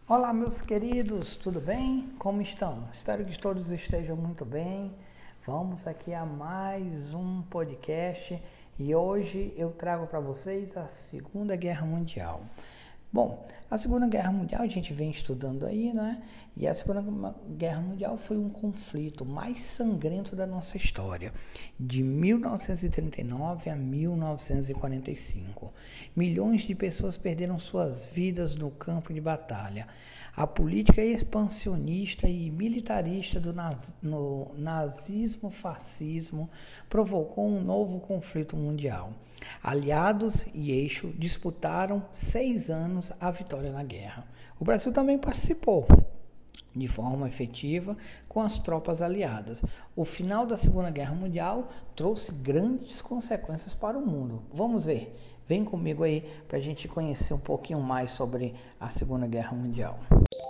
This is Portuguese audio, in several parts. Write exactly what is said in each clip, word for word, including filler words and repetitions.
Olá, meus queridos, tudo bem? Como estão? Espero que todos estejam muito bem. Vamos aqui a mais um podcast e hoje eu trago para vocês a Segunda Guerra Mundial. Bom, a Segunda Guerra Mundial a gente vem estudando aí, né? E a Segunda Guerra Mundial foi um conflito mais sangrento da nossa história, de mil novecentos e trinta e nove a mil novecentos e quarenta e cinco. Milhões de pessoas perderam suas vidas no campo de batalha. A política expansionista e militarista do naz... no nazismo-fascismo provocou um novo conflito mundial. Aliados e eixo disputaram seis anos a vitória na guerra. O Brasil também participou de forma efetiva com as tropas aliadas. O final da Segunda Guerra Mundial trouxe grandes consequências para o mundo. Vamos ver. Vem comigo aí para a gente conhecer um pouquinho mais sobre a Segunda Guerra Mundial.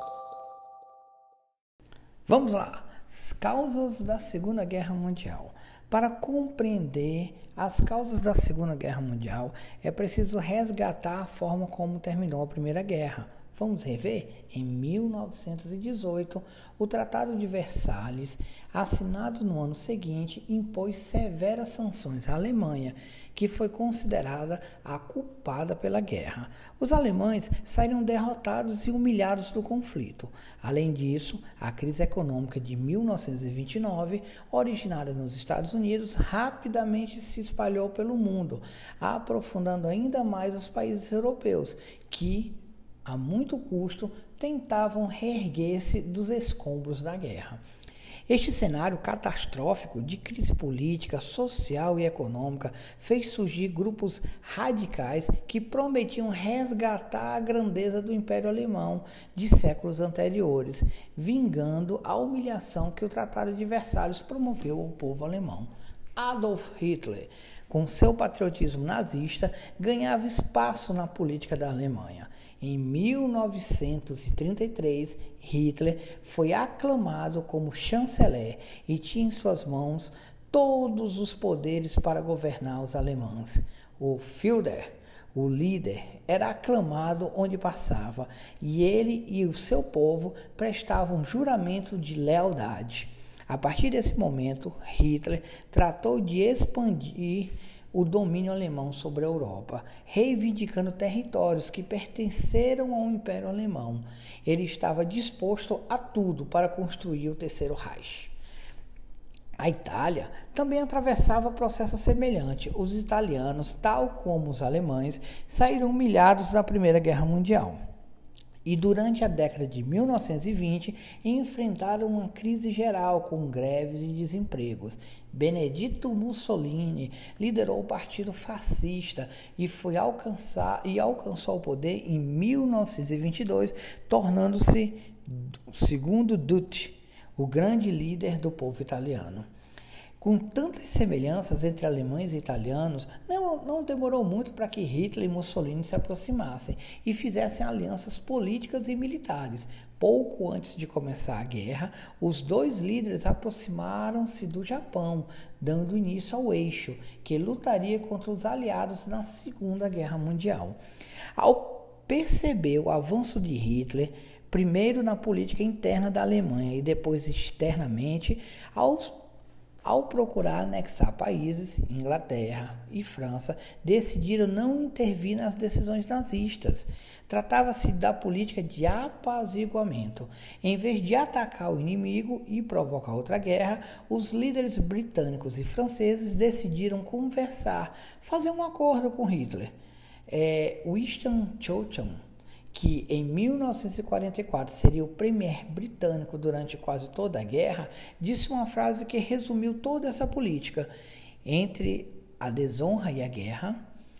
Vamos lá. As causas da Segunda Guerra Mundial. Para compreender as causas da Segunda Guerra Mundial, é preciso resgatar a forma como terminou a Primeira Guerra. Vamos rever? Em mil novecentos e dezoito, o Tratado de Versalhes, assinado no ano seguinte, impôs severas sanções à Alemanha, que foi considerada a culpada pela guerra. Os alemães saíram derrotados e humilhados do conflito. Além disso, a crise econômica de mil novecentos e vinte e nove, originada nos Estados Unidos, rapidamente se espalhou pelo mundo, aprofundando ainda mais os países europeus, que a muito custo, tentavam reerguer-se dos escombros da guerra. Este cenário catastrófico de crise política, social e econômica fez surgir grupos radicais que prometiam resgatar a grandeza do Império Alemão de séculos anteriores, vingando a humilhação que o Tratado de Versalhes promoveu ao povo alemão. Adolf Hitler, com seu patriotismo nazista, ganhava espaço na política da Alemanha. Em mil novecentos e trinta e três, Hitler foi aclamado como chanceler e tinha em suas mãos todos os poderes para governar os alemães. O Führer, o líder, era aclamado onde passava e ele e o seu povo prestavam juramento de lealdade. A partir desse momento, Hitler tratou de expandir o domínio alemão sobre a Europa, reivindicando territórios que pertenceram ao Império Alemão. Ele estava disposto a tudo para construir o Terceiro Reich. A Itália também atravessava processo semelhante. Os italianos, tal como os alemães, saíram humilhados da Primeira Guerra Mundial. E durante a década de mil novecentos e vinte, enfrentaram uma crise geral com greves e desempregos. Benedito Mussolini liderou o partido fascista e, foi alcançar, e alcançou o poder em mil novecentos e vinte e dois, tornando-se o segundo Duce, o grande líder do povo italiano. Com tantas semelhanças entre alemães e italianos, não, não demorou muito para que Hitler e Mussolini se aproximassem e fizessem alianças políticas e militares. Pouco antes de começar a guerra, os dois líderes aproximaram-se do Japão, dando início ao eixo, que lutaria contra os aliados na Segunda Guerra Mundial. Ao perceber o avanço de Hitler, primeiro na política interna da Alemanha e depois externamente, aos Ao procurar anexar países, Inglaterra e França decidiram não intervir nas decisões nazistas. Tratava-se da política de apaziguamento. Em vez de atacar o inimigo e provocar outra guerra, os líderes britânicos e franceses decidiram conversar, fazer um acordo com Hitler. É, Winston Churchill, que em mil novecentos e quarenta e quatro seria o premier britânico durante quase toda a guerra, disse uma frase que resumiu toda essa política. Entre a desonra e a guerra,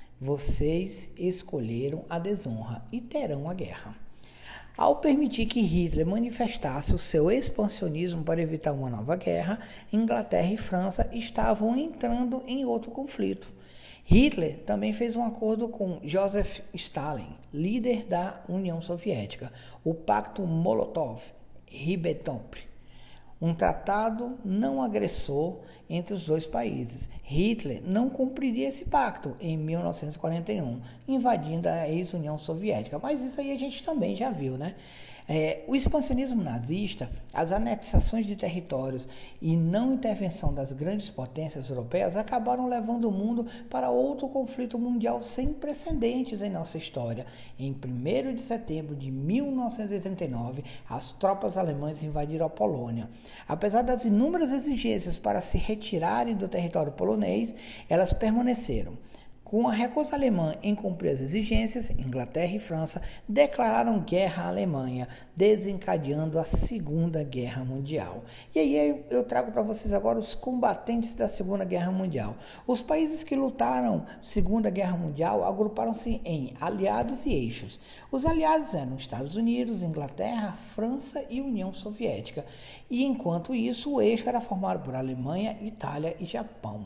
vocês escolheram a desonra e terão a guerra. Ao permitir que Hitler manifestasse o seu expansionismo para evitar uma nova guerra, Inglaterra e França estavam entrando em outro conflito. Hitler também fez um acordo com Joseph Stalin, líder da União Soviética, o Pacto Molotov-Ribbentrop, um tratado não agressor entre os dois países. Hitler não cumpriria esse pacto em mil novecentos e quarenta e um, invadindo a ex-União Soviética, mas isso aí a gente também já viu, né? É, o expansionismo nazista, as anexações de territórios e não intervenção das grandes potências europeias acabaram levando o mundo para outro conflito mundial sem precedentes em nossa história. Em primeiro de setembro de mil novecentos e trinta e nove, as tropas alemãs invadiram a Polônia. Apesar das inúmeras exigências para se retirarem do território polonês, elas permaneceram. Com a recusa alemã em cumprir as exigências, Inglaterra e França declararam guerra à Alemanha, desencadeando a Segunda Guerra Mundial. E aí eu trago para vocês agora os combatentes da Segunda Guerra Mundial. Os países que lutaram Segunda Guerra Mundial agruparam-se em aliados e eixos. Os aliados eram Estados Unidos, Inglaterra, França e União Soviética. E enquanto isso, o eixo era formado por Alemanha, Itália e Japão.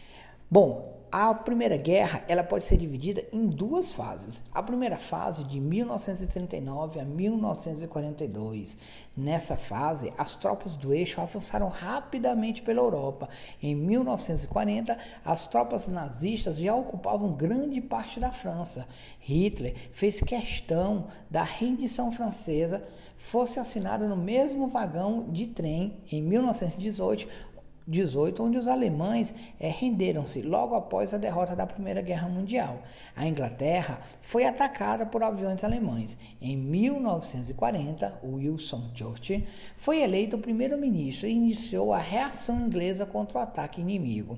Bom, a Primeira Guerra ela pode ser dividida em duas fases. A primeira fase, de mil novecentos e trinta e nove a mil novecentos e quarenta e dois. Nessa fase, as tropas do eixo avançaram rapidamente pela Europa. Em mil novecentos e quarenta, as tropas nazistas já ocupavam grande parte da França. Hitler fez questão da rendição francesa fosse assinada no mesmo vagão de trem em mil novecentos e dezoito, dezoito, onde os alemães é, renderam-se logo após a derrota da Primeira Guerra Mundial. A Inglaterra foi atacada por aviões alemães. Em mil novecentos e quarenta, Winston Churchill foi eleito primeiro-ministro e iniciou a reação inglesa contra o ataque inimigo.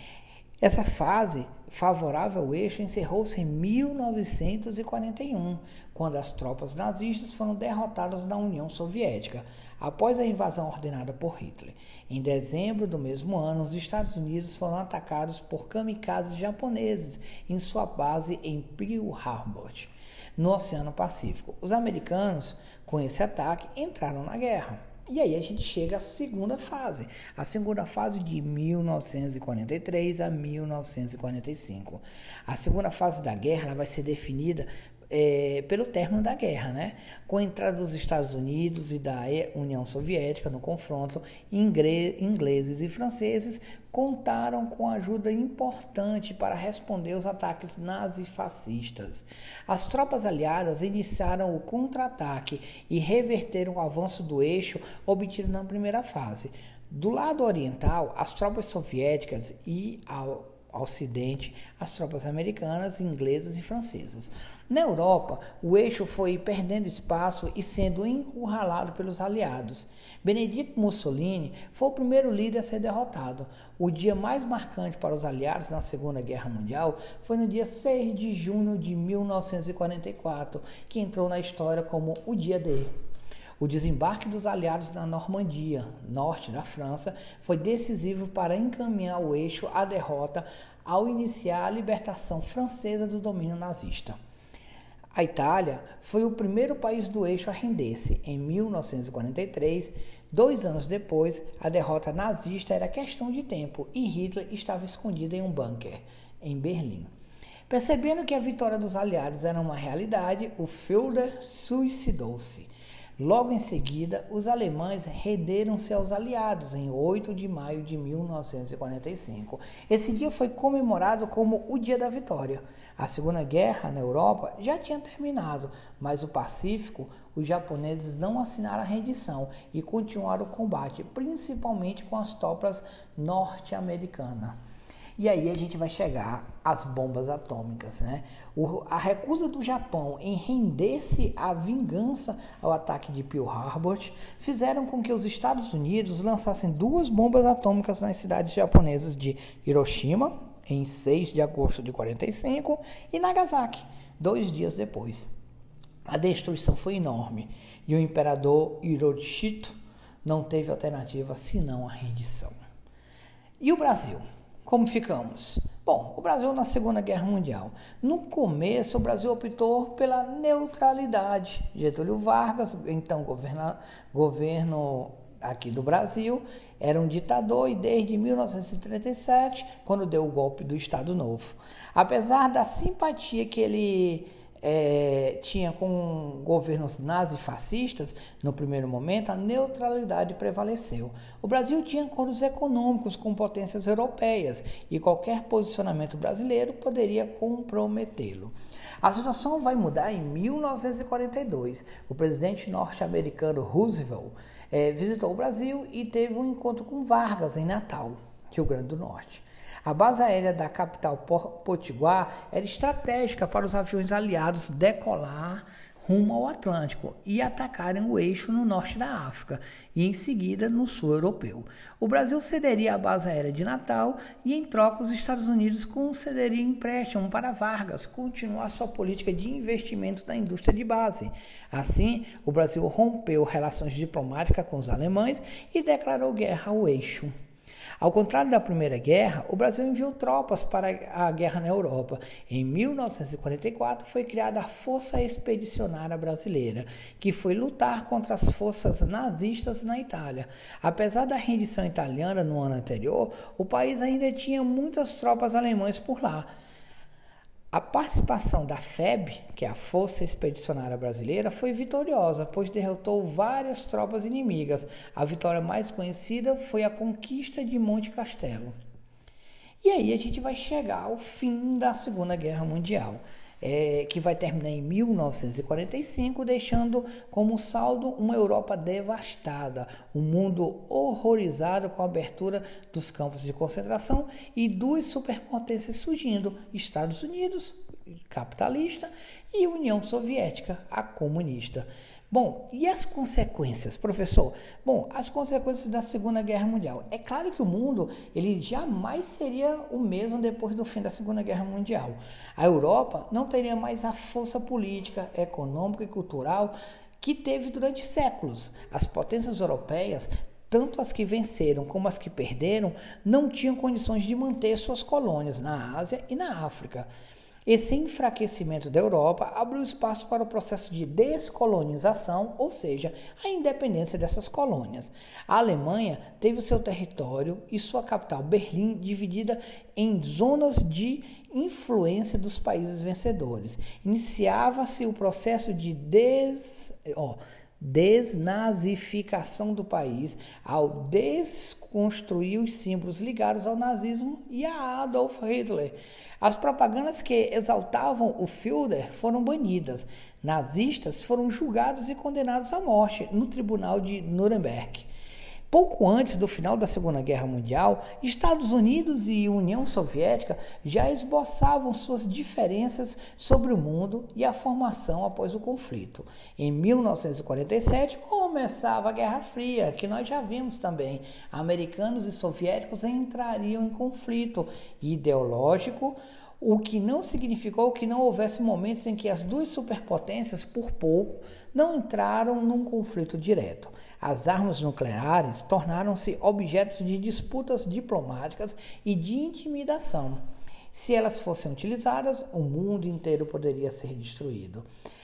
Essa fase favorável ao eixo encerrou-se em mil novecentos e quarenta e um, quando as tropas nazistas foram derrotadas na União Soviética, após a invasão ordenada por Hitler. Em dezembro do mesmo ano, os Estados Unidos foram atacados por kamikazes japoneses em sua base em Pearl Harbor, no Oceano Pacífico. Os americanos, com esse ataque, entraram na guerra. E aí a gente chega à segunda fase, a segunda fase de mil novecentos e quarenta e três a mil novecentos e quarenta e cinco. A segunda fase da guerra ela vai ser definida É, pelo término da guerra, né? Com a entrada dos Estados Unidos e da União Soviética no confronto, ingleses e franceses contaram com ajuda importante para responder aos ataques nazifascistas. As tropas aliadas iniciaram o contra-ataque e reverteram o avanço do eixo obtido na primeira fase. Do lado oriental, as tropas soviéticas e ao Ocidente, as tropas americanas, inglesas e francesas. Na Europa, o eixo foi perdendo espaço e sendo encurralado pelos aliados. Benedito Mussolini foi o primeiro líder a ser derrotado. O dia mais marcante para os aliados na Segunda Guerra Mundial foi no dia seis de junho de mil novecentos e quarenta e quatro, que entrou na história como o Dia D. O desembarque dos aliados na Normandia, norte da França, foi decisivo para encaminhar o eixo à derrota ao iniciar a libertação francesa do domínio nazista. A Itália foi o primeiro país do eixo a render-se. Em mil novecentos e quarenta e três, dois anos depois, a derrota nazista era questão de tempo e Hitler estava escondido em um bunker, em Berlim. Percebendo que a vitória dos aliados era uma realidade, o Führer suicidou-se. Logo em seguida, os alemães renderam-se aos aliados em oito de maio de mil novecentos e quarenta e cinco. Esse dia foi comemorado como o Dia da Vitória. A Segunda Guerra na Europa já tinha terminado, mas o Pacífico, os japoneses não assinaram a rendição e continuaram o combate, principalmente com as tropas norte-americanas. E aí a gente vai chegar às bombas atômicas, né? O, a recusa do Japão em render-se à vingança ao ataque de Pearl Harbor fizeram com que os Estados Unidos lançassem duas bombas atômicas nas cidades japonesas de Hiroshima, em seis de agosto de quarenta e cinco, e Nagasaki, dois dias depois. A destruição foi enorme e o imperador Hirohito não teve alternativa senão a rendição. E o Brasil? Como ficamos? Bom, o Brasil na Segunda Guerra Mundial. No começo, o Brasil optou pela neutralidade. Getúlio Vargas, então governa, governo aqui do Brasil, era um ditador e desde mil novecentos e trinta e sete, quando deu o golpe do Estado Novo. Apesar da simpatia que ele é, tinha com governos nazifascistas, no primeiro momento, a neutralidade prevaleceu. O Brasil tinha acordos econômicos com potências europeias e qualquer posicionamento brasileiro poderia comprometê-lo. A situação vai mudar em mil novecentos e quarenta e dois. O presidente norte-americano Roosevelt é, visitou o Brasil e teve um encontro com Vargas em Natal, Rio Grande do Norte. A base aérea da capital Potiguar era estratégica para os aviões aliados decolar rumo ao Atlântico e atacarem o eixo no norte da África e em seguida no sul europeu. O Brasil cederia a base aérea de Natal e em troca os Estados Unidos concederiam empréstimo para Vargas continuar sua política de investimento na indústria de base. Assim, o Brasil rompeu relações diplomáticas com os alemães e declarou guerra ao eixo. Ao contrário da Primeira Guerra, o Brasil enviou tropas para a guerra na Europa. Em mil novecentos e quarenta e quatro foi criada a Força Expedicionária Brasileira, que foi lutar contra as forças nazistas na Itália. Apesar da rendição italiana no ano anterior, o país ainda tinha muitas tropas alemãs por lá. A participação da F E B, que é a Força Expedicionária Brasileira, foi vitoriosa, pois derrotou várias tropas inimigas. A vitória mais conhecida foi a conquista de Monte Castelo. E aí a gente vai chegar ao fim da Segunda Guerra Mundial, é, que vai terminar em mil novecentos e quarenta e cinco, deixando como saldo uma Europa devastada, um mundo horrorizado com a abertura dos campos de concentração e duas superpotências surgindo, Estados Unidos, capitalista, e União Soviética, a comunista. Bom, e as consequências, professor? Bom, as consequências da Segunda Guerra Mundial. É claro que o mundo ele jamais seria o mesmo depois do fim da Segunda Guerra Mundial. A Europa não teria mais a força política, econômica e cultural que teve durante séculos. As potências europeias, tanto as que venceram como as que perderam, não tinham condições de manter suas colônias na Ásia e na África. Esse enfraquecimento da Europa abriu espaço para o processo de descolonização, ou seja, a independência dessas colônias. A Alemanha teve o seu território e sua capital, Berlim, dividida em zonas de influência dos países vencedores. Iniciava-se o processo de des... oh, desnazificação do país ao desconstruir os símbolos ligados ao nazismo e a Adolf Hitler. As propagandas que exaltavam o Führer foram banidas. Nazistas foram julgados e condenados à morte no Tribunal de Nuremberg. Pouco antes do final da Segunda Guerra Mundial, Estados Unidos e União Soviética já esboçavam suas diferenças sobre o mundo e a formação após o conflito. Em mil novecentos e quarenta e sete começava a Guerra Fria, que nós já vimos também. Americanos e soviéticos entrariam em conflito ideológico, o que não significou que não houvesse momentos em que as duas superpotências, por pouco, não entraram num conflito direto. As armas nucleares tornaram-se objetos de disputas diplomáticas e de intimidação. Se elas fossem utilizadas, o mundo inteiro poderia ser destruído.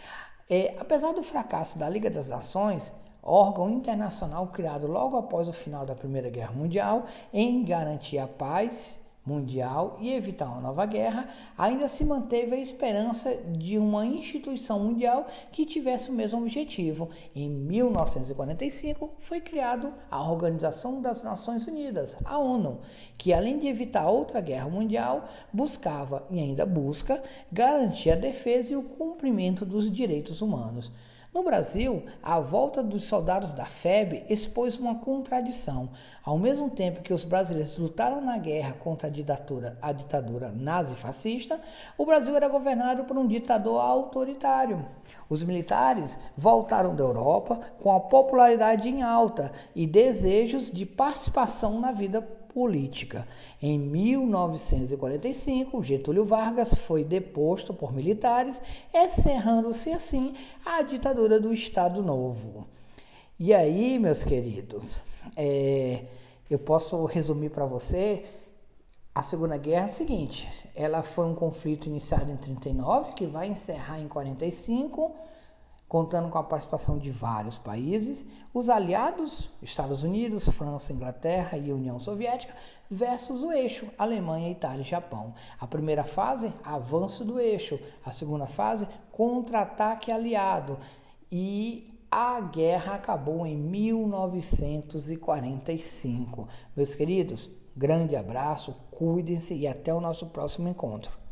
É, apesar do fracasso da Liga das Nações, órgão internacional criado logo após o final da Primeira Guerra Mundial, em garantir a paz mundial e evitar uma nova guerra, ainda se manteve a esperança de uma instituição mundial que tivesse o mesmo objetivo. Em mil novecentos e quarenta e cinco foi criado a Organização das Nações Unidas, a ONU, que além de evitar outra guerra mundial, buscava e ainda busca garantir a defesa e o cumprimento dos direitos humanos. No Brasil, a volta dos soldados da F E B expôs uma contradição. Ao mesmo tempo que os brasileiros lutaram na guerra contra a ditadura, a ditadura nazi-fascista, o Brasil era governado por um ditador autoritário. Os militares voltaram da Europa com a popularidade em alta e desejos de participação na vida política. Em mil novecentos e quarenta e cinco, Getúlio Vargas foi deposto por militares, encerrando-se assim a ditadura do Estado Novo. E aí, meus queridos, é, eu posso resumir para você a Segunda Guerra é o seguinte: ela foi um conflito iniciado em trinta e nove, que vai encerrar em quarenta e cinco, contando com a participação de vários países, os aliados, Estados Unidos, França, Inglaterra e União Soviética, versus o eixo, Alemanha, Itália e Japão. A primeira fase, avanço do eixo. A segunda fase, contra-ataque aliado. E a guerra acabou em mil novecentos e quarenta e cinco. Meus queridos, grande abraço, cuidem-se e até o nosso próximo encontro.